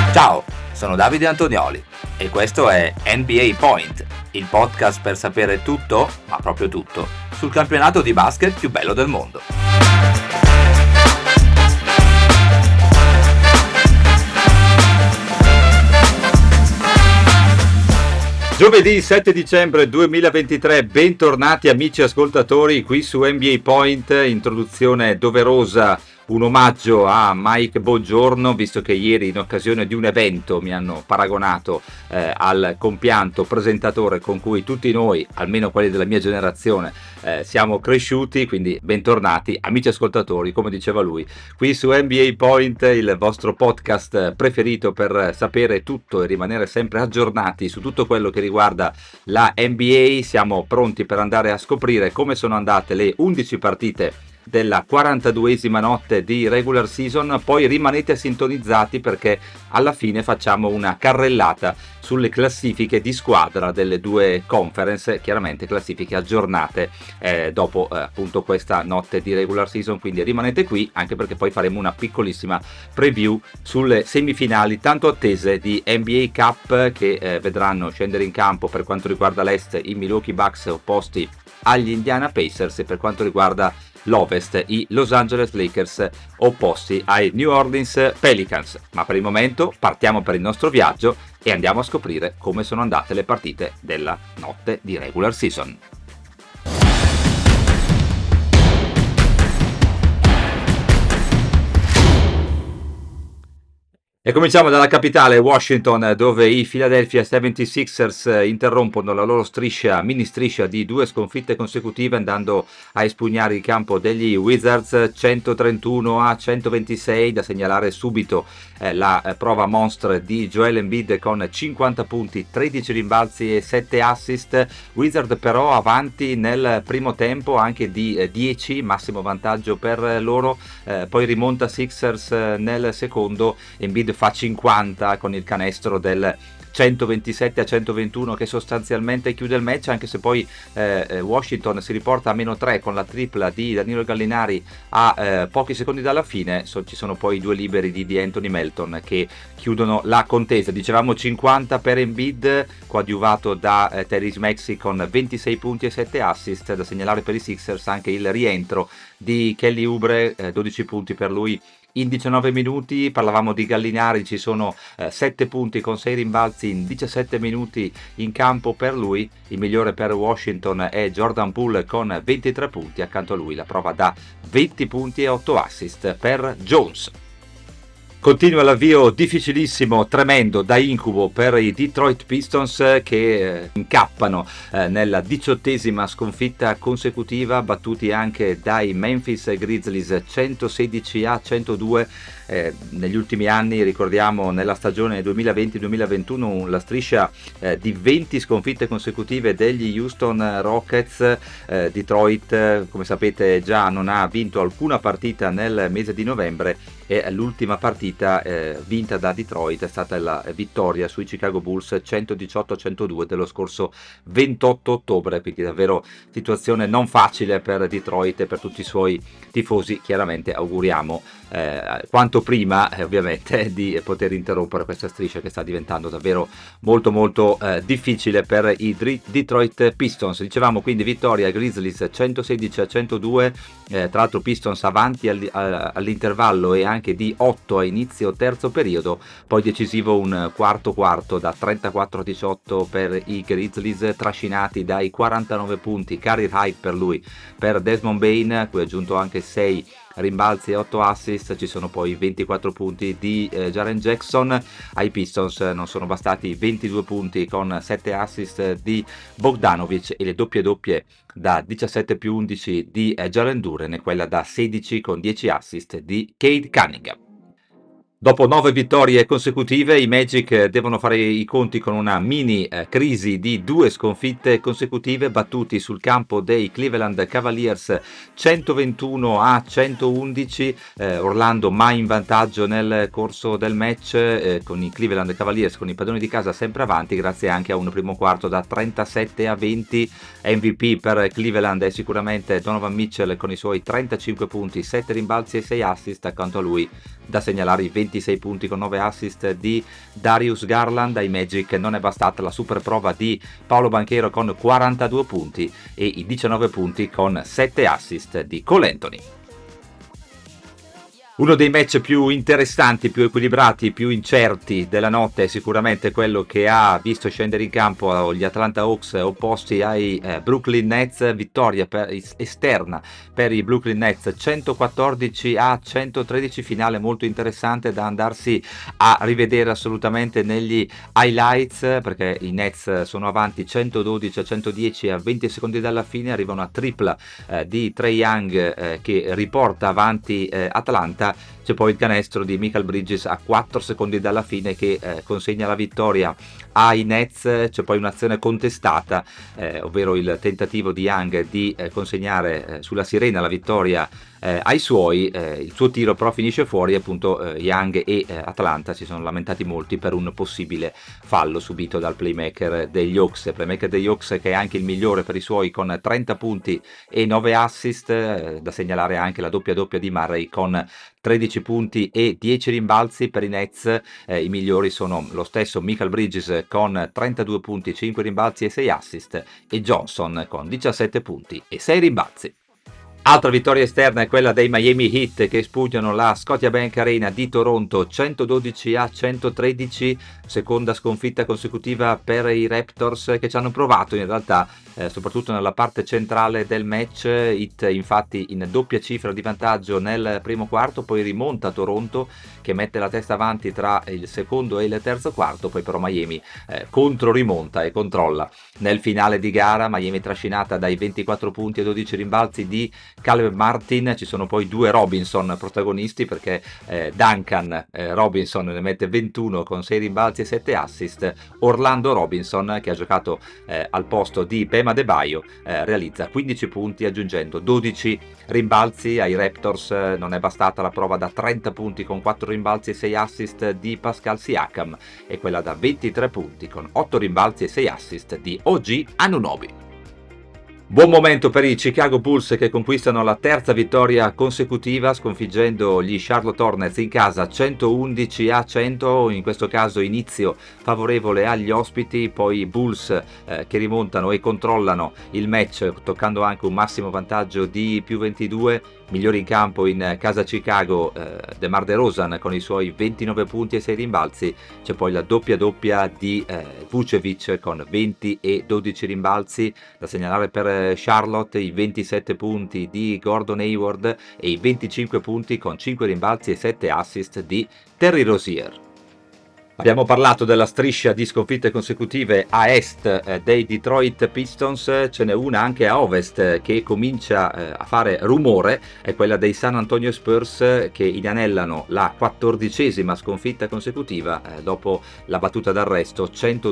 Ciao, sono Davide Antonioli e questo è NBA Point, il podcast per sapere tutto, ma proprio tutto, sul campionato di basket più bello del mondo. Giovedì 7 dicembre 2023, bentornati amici ascoltatori qui su NBA Point, introduzione doverosa, un omaggio a Mike Bongiorno, visto che ieri in occasione di un evento mi hanno paragonato al compianto presentatore con cui tutti noi, almeno quelli della mia generazione, siamo cresciuti, quindi bentornati amici ascoltatori, come diceva lui, qui su NBA Point, il vostro podcast preferito per sapere tutto e rimanere sempre aggiornati su tutto quello che riguarda la NBA. Siamo pronti per andare a scoprire come sono andate le 11 partite della 42esima notte di regular season. Poi rimanete sintonizzati perché alla fine facciamo una carrellata sulle classifiche di squadra delle due conference, chiaramente classifiche aggiornate dopo appunto questa notte di regular season, quindi rimanete qui anche perché poi faremo una piccolissima preview sulle semifinali tanto attese di NBA Cup che vedranno scendere in campo per quanto riguarda l'Est i Milwaukee Bucks opposti agli Indiana Pacers, e per quanto riguarda l'Ovest i Los Angeles Lakers opposti ai New Orleans Pelicans. Ma per il momento partiamo per il nostro viaggio e andiamo a scoprire come sono andate le partite della notte di regular season. E cominciamo dalla capitale Washington, dove i Philadelphia 76ers interrompono la loro mini striscia di 2 sconfitte consecutive andando a espugnare il campo degli Wizards 131-126. Da segnalare subito la prova monstre di Joel Embiid con 50 punti, 13 rimbalzi e 7 assist. Wizards però avanti nel primo tempo anche di 10, massimo vantaggio per loro, poi rimonta Sixers nel secondo. Embiid fa 50 con il canestro del 127-121 che sostanzialmente chiude il match, anche se poi Washington si riporta a -3 con la tripla di Danilo Gallinari a pochi secondi dalla fine. Ci sono poi i 2 liberi di Anthony Melton che chiudono la contesa. Dicevamo 50 per Embiid, coadiuvato da Tyrese Maxey con 26 punti e 7 assist. Da segnalare per i Sixers anche il rientro di Kelly Oubre, 12 punti per lui in 19 minuti. Parlavamo di Gallinari, ci sono 7 punti con 6 rimbalzi in 17 minuti in campo per lui. Il migliore per Washington è Jordan Poole con 23 punti, accanto a lui la prova da 20 punti e 8 assist per Jones. Continua l'avvio difficilissimo, tremendo, da incubo per i Detroit Pistons che incappano nella 18esima sconfitta consecutiva, battuti anche dai Memphis Grizzlies 116-102. Negli ultimi anni, ricordiamo nella stagione 2020-2021, la striscia di 20 sconfitte consecutive degli Houston Rockets. Detroit, come sapete, già non ha vinto alcuna partita nel mese di novembre, e l'ultima partita vinta da Detroit è stata la vittoria sui Chicago Bulls 118-102 dello scorso 28 ottobre, quindi davvero situazione non facile per Detroit e per tutti i suoi tifosi. Chiaramente auguriamo quanto prima ovviamente di poter interrompere questa striscia che sta diventando davvero molto molto difficile per i Detroit Pistons. Dicevamo quindi vittoria ai Grizzlies 116-102, tra l'altro Pistons avanti all'intervallo e anche di 8 a inizio terzo periodo, poi decisivo un quarto da 34-18 per i Grizzlies, trascinati dai 49 punti, career high per lui, per Desmond Bane, a cui ha aggiunto anche 6 rimbalzi e 8 assist. Ci sono poi 24 punti di Jaren Jackson. Ai Pistons non sono bastati 22 punti con 7 assist di Bogdanovic e le doppie da 17+11 di Jalen Duren e quella da 16 con 10 assist di Cade Cunningham. Dopo 9 vittorie consecutive, i Magic devono fare i conti con una mini crisi di 2 sconfitte consecutive, battuti sul campo dei Cleveland Cavaliers 121-111. Orlando mai in vantaggio nel corso del match, con i Cleveland Cavaliers, con i padroni di casa sempre avanti, grazie anche a un primo quarto da 37-20. MVP per Cleveland è sicuramente Donovan Mitchell con i suoi 35 punti, 7 rimbalzi e 6 assist, accanto a lui Da segnalare i 26 punti con 9 assist di Darius Garland. Ai Magic non è bastata la super prova di Paolo Banchero con 42 punti e i 19 punti con 7 assist di Cole Anthony. Uno dei match più interessanti, più equilibrati, più incerti della notte è sicuramente quello che ha visto scendere in campo gli Atlanta Hawks opposti ai Brooklyn Nets. Vittoria esterna per i Brooklyn Nets 114-113, finale molto interessante da andarsi a rivedere assolutamente negli highlights, perché i Nets sono avanti 112-110 a 20 secondi dalla fine, arriva una tripla di Trae Young che riporta avanti Atlanta. C'è poi il canestro di Mikal Bridges a 4 secondi dalla fine che consegna la vittoria ai Nets. C'è poi un'azione contestata, ovvero il tentativo di Young di consegnare sulla sirena la vittoria ai suoi. Il suo tiro però finisce fuori, appunto Young e Atlanta si sono lamentati molti per un possibile fallo subito dal playmaker degli Hawks che è anche il migliore per i suoi con 30 punti e 9 assist. Da segnalare anche la doppia di Murray con 13 punti e 10 rimbalzi. Per i Nets i migliori sono lo stesso Mikal Bridges con 32 punti, 5 rimbalzi e 6 assist, e Johnson con 17 punti e 6 rimbalzi. Altra vittoria esterna è quella dei Miami Heat che espugnano la Scotiabank Arena di Toronto 112-113, seconda sconfitta consecutiva per i Raptors, che ci hanno provato in realtà soprattutto nella parte centrale del match. Heat infatti in doppia cifra di vantaggio nel primo quarto, poi rimonta Toronto che mette la testa avanti tra il secondo e il terzo quarto, poi però Miami contro rimonta e controlla nel finale di gara. Miami trascinata dai 24 punti e 12 rimbalzi di Caleb Martin. Ci sono poi due Robinson protagonisti, perché Duncan Robinson ne mette 21 con 6 rimbalzi e 7 assist. Orlando Robinson, che ha giocato al posto di Bam Adebayo, realizza 15 punti aggiungendo 12 rimbalzi. Ai Raptors non è bastata la prova da 30 punti con 4 rimbalzi e 6 assist di Pascal Siakam, e quella da 23 punti con 8 rimbalzi e 6 assist di OG Anunoby. Buon momento per i Chicago Bulls che conquistano la terza vittoria consecutiva sconfiggendo gli Charlotte Hornets in casa 111-100, in questo caso inizio favorevole agli ospiti, poi i Bulls che rimontano e controllano il match toccando anche un massimo vantaggio di più 22. Migliori in campo in casa Chicago DeMar DeRozan con i suoi 29 punti e 6 rimbalzi. C'è poi la doppia di Vucevic con 20 e 12 rimbalzi. Da segnalare per Charlotte i 27 punti di Gordon Hayward e i 25 punti con 5 rimbalzi e 7 assist di Terry Rozier. Abbiamo parlato della striscia di sconfitte consecutive a est dei Detroit Pistons, ce n'è una anche a ovest che comincia a fare rumore, è quella dei San Antonio Spurs che inanellano la 14ª sconfitta consecutiva dopo la battuta d'arresto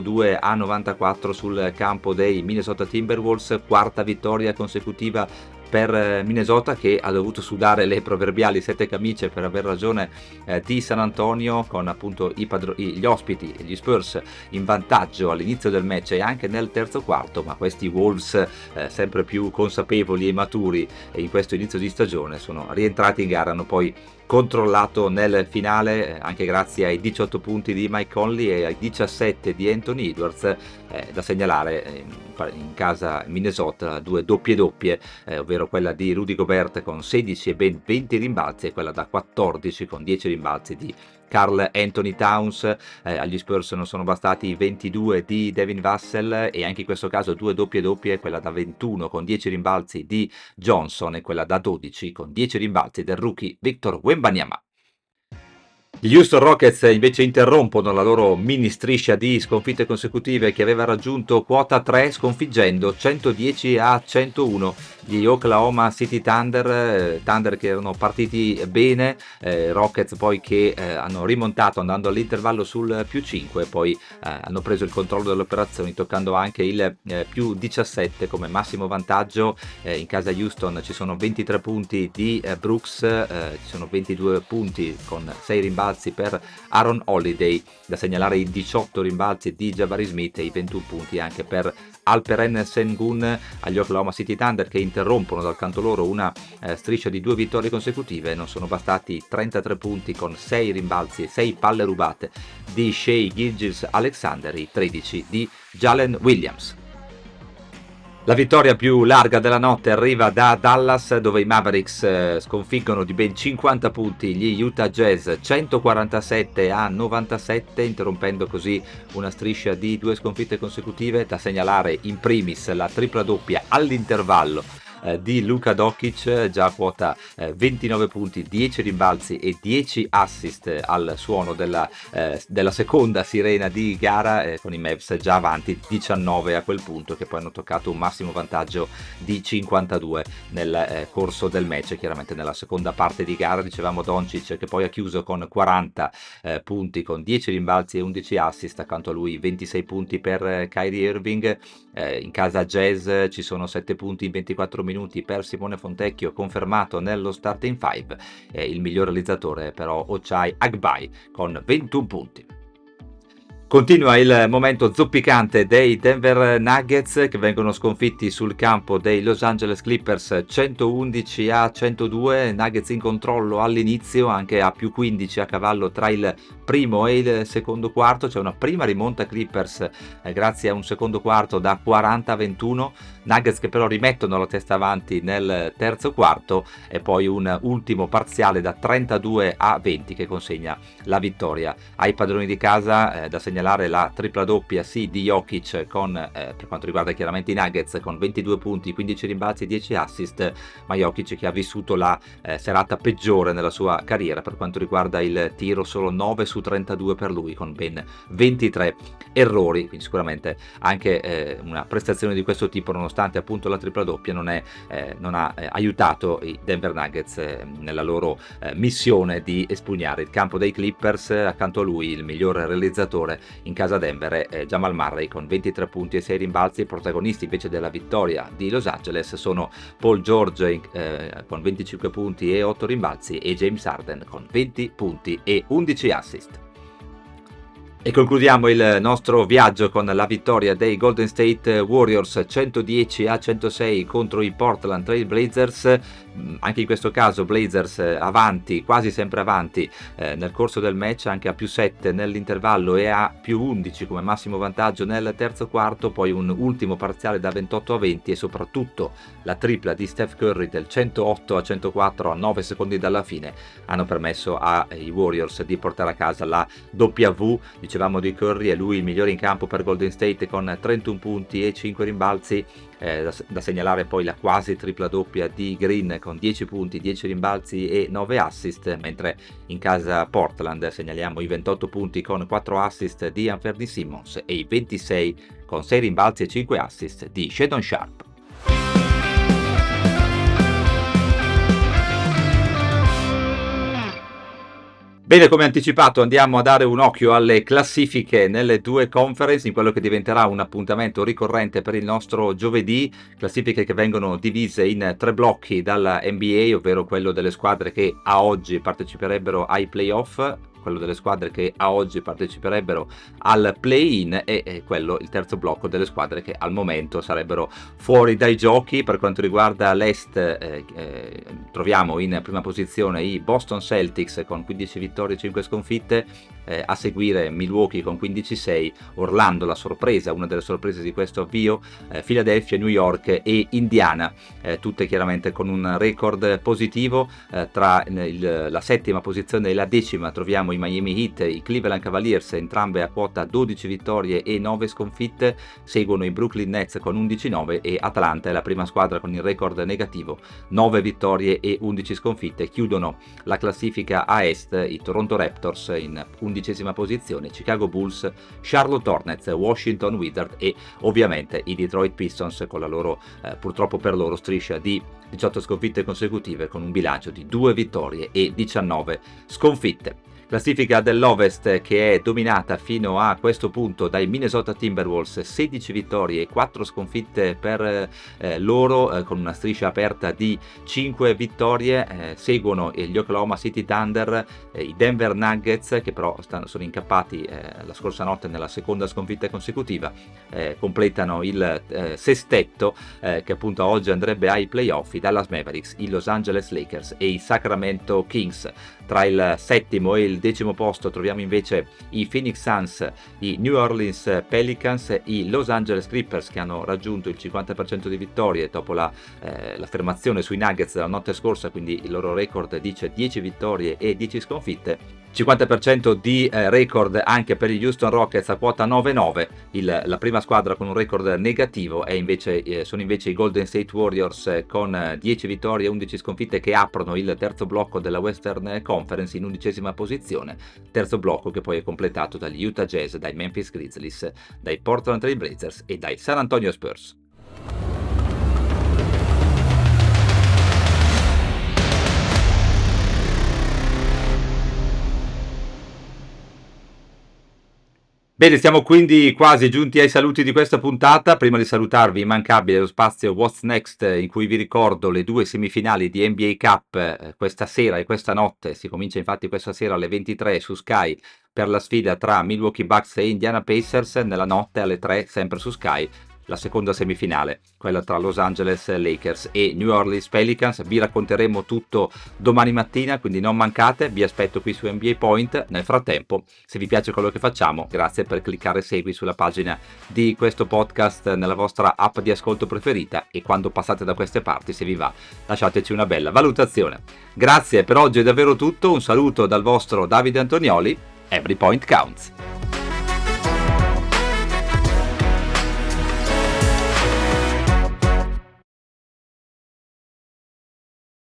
102-94 sul campo dei Minnesota Timberwolves, quarta vittoria consecutiva per Minnesota, che ha dovuto sudare le proverbiali 7 camicie per aver ragione di San Antonio, con appunto gli ospiti, gli Spurs in vantaggio all'inizio del match e anche nel terzo quarto, ma questi Wolves sempre più consapevoli e maturi in questo inizio di stagione sono rientrati in gara, hanno poi controllato nel finale anche grazie ai 18 punti di Mike Conley e ai 17 di Anthony Edwards. Da segnalare in casa Minnesota due doppie, ovvero quella di Rudy Gobert con 16 e ben 20 rimbalzi e quella da 14 con 10 rimbalzi di Karl Anthony Towns. Agli Spurs non sono bastati i 22 di Devin Vassell e anche in questo caso due doppie, quella da 21 con 10 rimbalzi di Johnson e quella da 12 con 10 rimbalzi del rookie Victor Wembanyama. Gli Houston Rockets invece interrompono la loro mini striscia di sconfitte consecutive che aveva raggiunto quota 3 sconfiggendo 110-101 gli Oklahoma City Thunder che erano partiti bene, Rockets poi che hanno rimontato andando all'intervallo sul più 5, poi hanno preso il controllo delle operazioni toccando anche il più 17 come massimo vantaggio. In casa Houston ci sono 23 punti di Brooks, ci sono 22 punti con 6 rimbalzi per Aaron Holiday, da segnalare i 18 rimbalzi di Jabari Smith e i 21 punti anche per Alperen Sengun agli Oklahoma City Thunder, che interrompono dal canto loro una striscia di 2 vittorie consecutive. Non sono bastati 33 punti con 6 rimbalzi e 6 palle rubate di Shai Gilgeous-Alexander, i 13 di Jalen Williams. La vittoria più larga della notte arriva da Dallas, dove i Mavericks sconfiggono di ben 50 punti gli Utah Jazz 147-97, interrompendo così una striscia di 2 sconfitte consecutive. Da segnalare in primis la tripla doppia all'intervallo di Luka Doncic, già a quota 29 punti, 10 rimbalzi e 10 assist al suono della seconda sirena di gara, con i Mavs già avanti 19 a quel punto, che poi hanno toccato un massimo vantaggio di 52 nel corso del match. Chiaramente nella seconda parte di gara dicevamo Doncic, che poi ha chiuso con 40 punti, con 10 rimbalzi e 11 assist, accanto a lui 26 punti per Kyrie Irving. In casa Jazz ci sono 7 punti in 24 minuti per Simone Fontecchio, confermato nello starting 5. Il miglior realizzatore però Ochai Agbaji con 21 punti. Continua il momento zoppicante dei Denver Nuggets, che vengono sconfitti sul campo dei Los Angeles Clippers 111-102. Nuggets in controllo all'inizio, anche a più 15 a cavallo tra il primo e il secondo quarto. C'è una prima rimonta Clippers grazie a un secondo quarto da 40-21. Nuggets che però rimettono la testa avanti nel terzo quarto, e poi un ultimo parziale da 32-20 che consegna la vittoria ai padroni di casa. Da segnalare la tripla doppia sì di Jokic per quanto riguarda chiaramente i Nuggets, con 22 punti, 15 rimbalzi e 10 assist, ma Jokic che ha vissuto la serata peggiore nella sua carriera per quanto riguarda il tiro, solo 9 su 32 per lui, con ben 23 errori. Quindi sicuramente anche una prestazione di questo tipo, nonostante appunto la tripla doppia, non ha aiutato i Denver Nuggets nella loro missione di espugnare il campo dei Clippers. Accanto a lui il miglior realizzatore in casa Denver è Jamal Murray con 23 punti e 6 rimbalzi. I protagonisti invece della vittoria di Los Angeles sono Paul George con 25 punti e 8 rimbalzi e James Harden con 20 punti e 11 assist. E concludiamo il nostro viaggio con la vittoria dei Golden State Warriors 110-106 contro i Portland Trail Blazers. Anche in questo caso Blazers avanti, quasi sempre avanti nel corso del match, anche a più 7 nell'intervallo e a più 11 come massimo vantaggio nel terzo quarto. Poi un ultimo parziale da 28-20 e soprattutto la tripla di Steph Curry del 108-104 a 9 secondi dalla fine hanno permesso ai Warriors di portare a casa la W. Dicevamo di Curry, è lui il migliore in campo per Golden State con 31 punti e 5 rimbalzi. Da segnalare poi la quasi tripla doppia di Green con 10 punti, 10 rimbalzi e 9 assist, mentre in casa Portland segnaliamo i 28 punti con 4 assist di Anthony Simmons e i 26 con 6 rimbalzi e 5 assist di Shadon Sharp. Bene, come anticipato andiamo a dare un occhio alle classifiche nelle due conference, in quello che diventerà un appuntamento ricorrente per il nostro giovedì. Classifiche che vengono divise in 3 blocchi dalla NBA, ovvero quello delle squadre che a oggi parteciperebbero ai playoff, quello delle squadre che a oggi parteciperebbero al play-in e il terzo blocco delle squadre che al momento sarebbero fuori dai giochi. Per quanto riguarda l'Est troviamo in prima posizione i Boston Celtics con 15 vittorie e 5 sconfitte, a seguire Milwaukee con 15-6, Orlando la sorpresa, una delle sorprese di questo avvio, Philadelphia, New York e Indiana, tutte chiaramente con un record positivo. Tra la settima posizione e la decima troviamo i Miami Heat, i Cleveland Cavaliers, entrambe a quota 12 vittorie e 9 sconfitte, seguono i Brooklyn Nets con 11-9 e Atlanta è la prima squadra con il record negativo, 9 vittorie e 11 sconfitte. Chiudono la classifica a est i Toronto Raptors in 11ª posizione, Chicago Bulls, Charlotte Hornets, Washington Wizards e ovviamente i Detroit Pistons con la loro purtroppo per loro striscia di 18 sconfitte consecutive, con un bilancio di 2 vittorie e 19 sconfitte. Classifica dell'Ovest che è dominata fino a questo punto dai Minnesota Timberwolves, 16 vittorie e 4 sconfitte per loro, con una striscia aperta di 5 vittorie. Seguono gli Oklahoma City Thunder, i Denver Nuggets, che però sono incappati la scorsa notte nella seconda sconfitta consecutiva, completano il sestetto che appunto oggi andrebbe ai playoff, i Dallas Mavericks, i Los Angeles Lakers e i Sacramento Kings. Tra il settimo e il decimo posto troviamo invece i Phoenix Suns, i New Orleans Pelicans, i Los Angeles Clippers, che hanno raggiunto il 50% di vittorie dopo l'affermazione sui Nuggets della notte scorsa, quindi il loro record dice 10 vittorie e 10 sconfitte. 50% di record anche per gli Houston Rockets a quota 9-9, la prima squadra con un record negativo sono invece i Golden State Warriors con 10 vittorie e 11 sconfitte, che aprono il terzo blocco della Western Conference in 11ª posizione, terzo blocco che poi è completato dagli Utah Jazz, dai Memphis Grizzlies, dai Portland Trail Blazers e dai San Antonio Spurs. Bene, siamo quindi quasi giunti ai saluti di questa puntata. Prima di salutarvi, immancabile lo spazio What's Next, in cui vi ricordo le due semifinali di NBA Cup questa sera e questa notte. Si comincia infatti questa sera alle 23 su Sky per la sfida tra Milwaukee Bucks e Indiana Pacers, nella notte alle 3 sempre su Sky la seconda semifinale, quella tra Los Angeles Lakers e New Orleans Pelicans. Vi racconteremo tutto domani mattina, quindi non mancate, vi aspetto qui su NBA Point. Nel frattempo, se vi piace quello che facciamo, grazie per cliccare segui sulla pagina di questo podcast nella vostra app di ascolto preferita, e quando passate da queste parti, se vi va, lasciateci una bella valutazione. Grazie, per oggi è davvero tutto, un saluto dal vostro Davide Antonioli. Every point counts.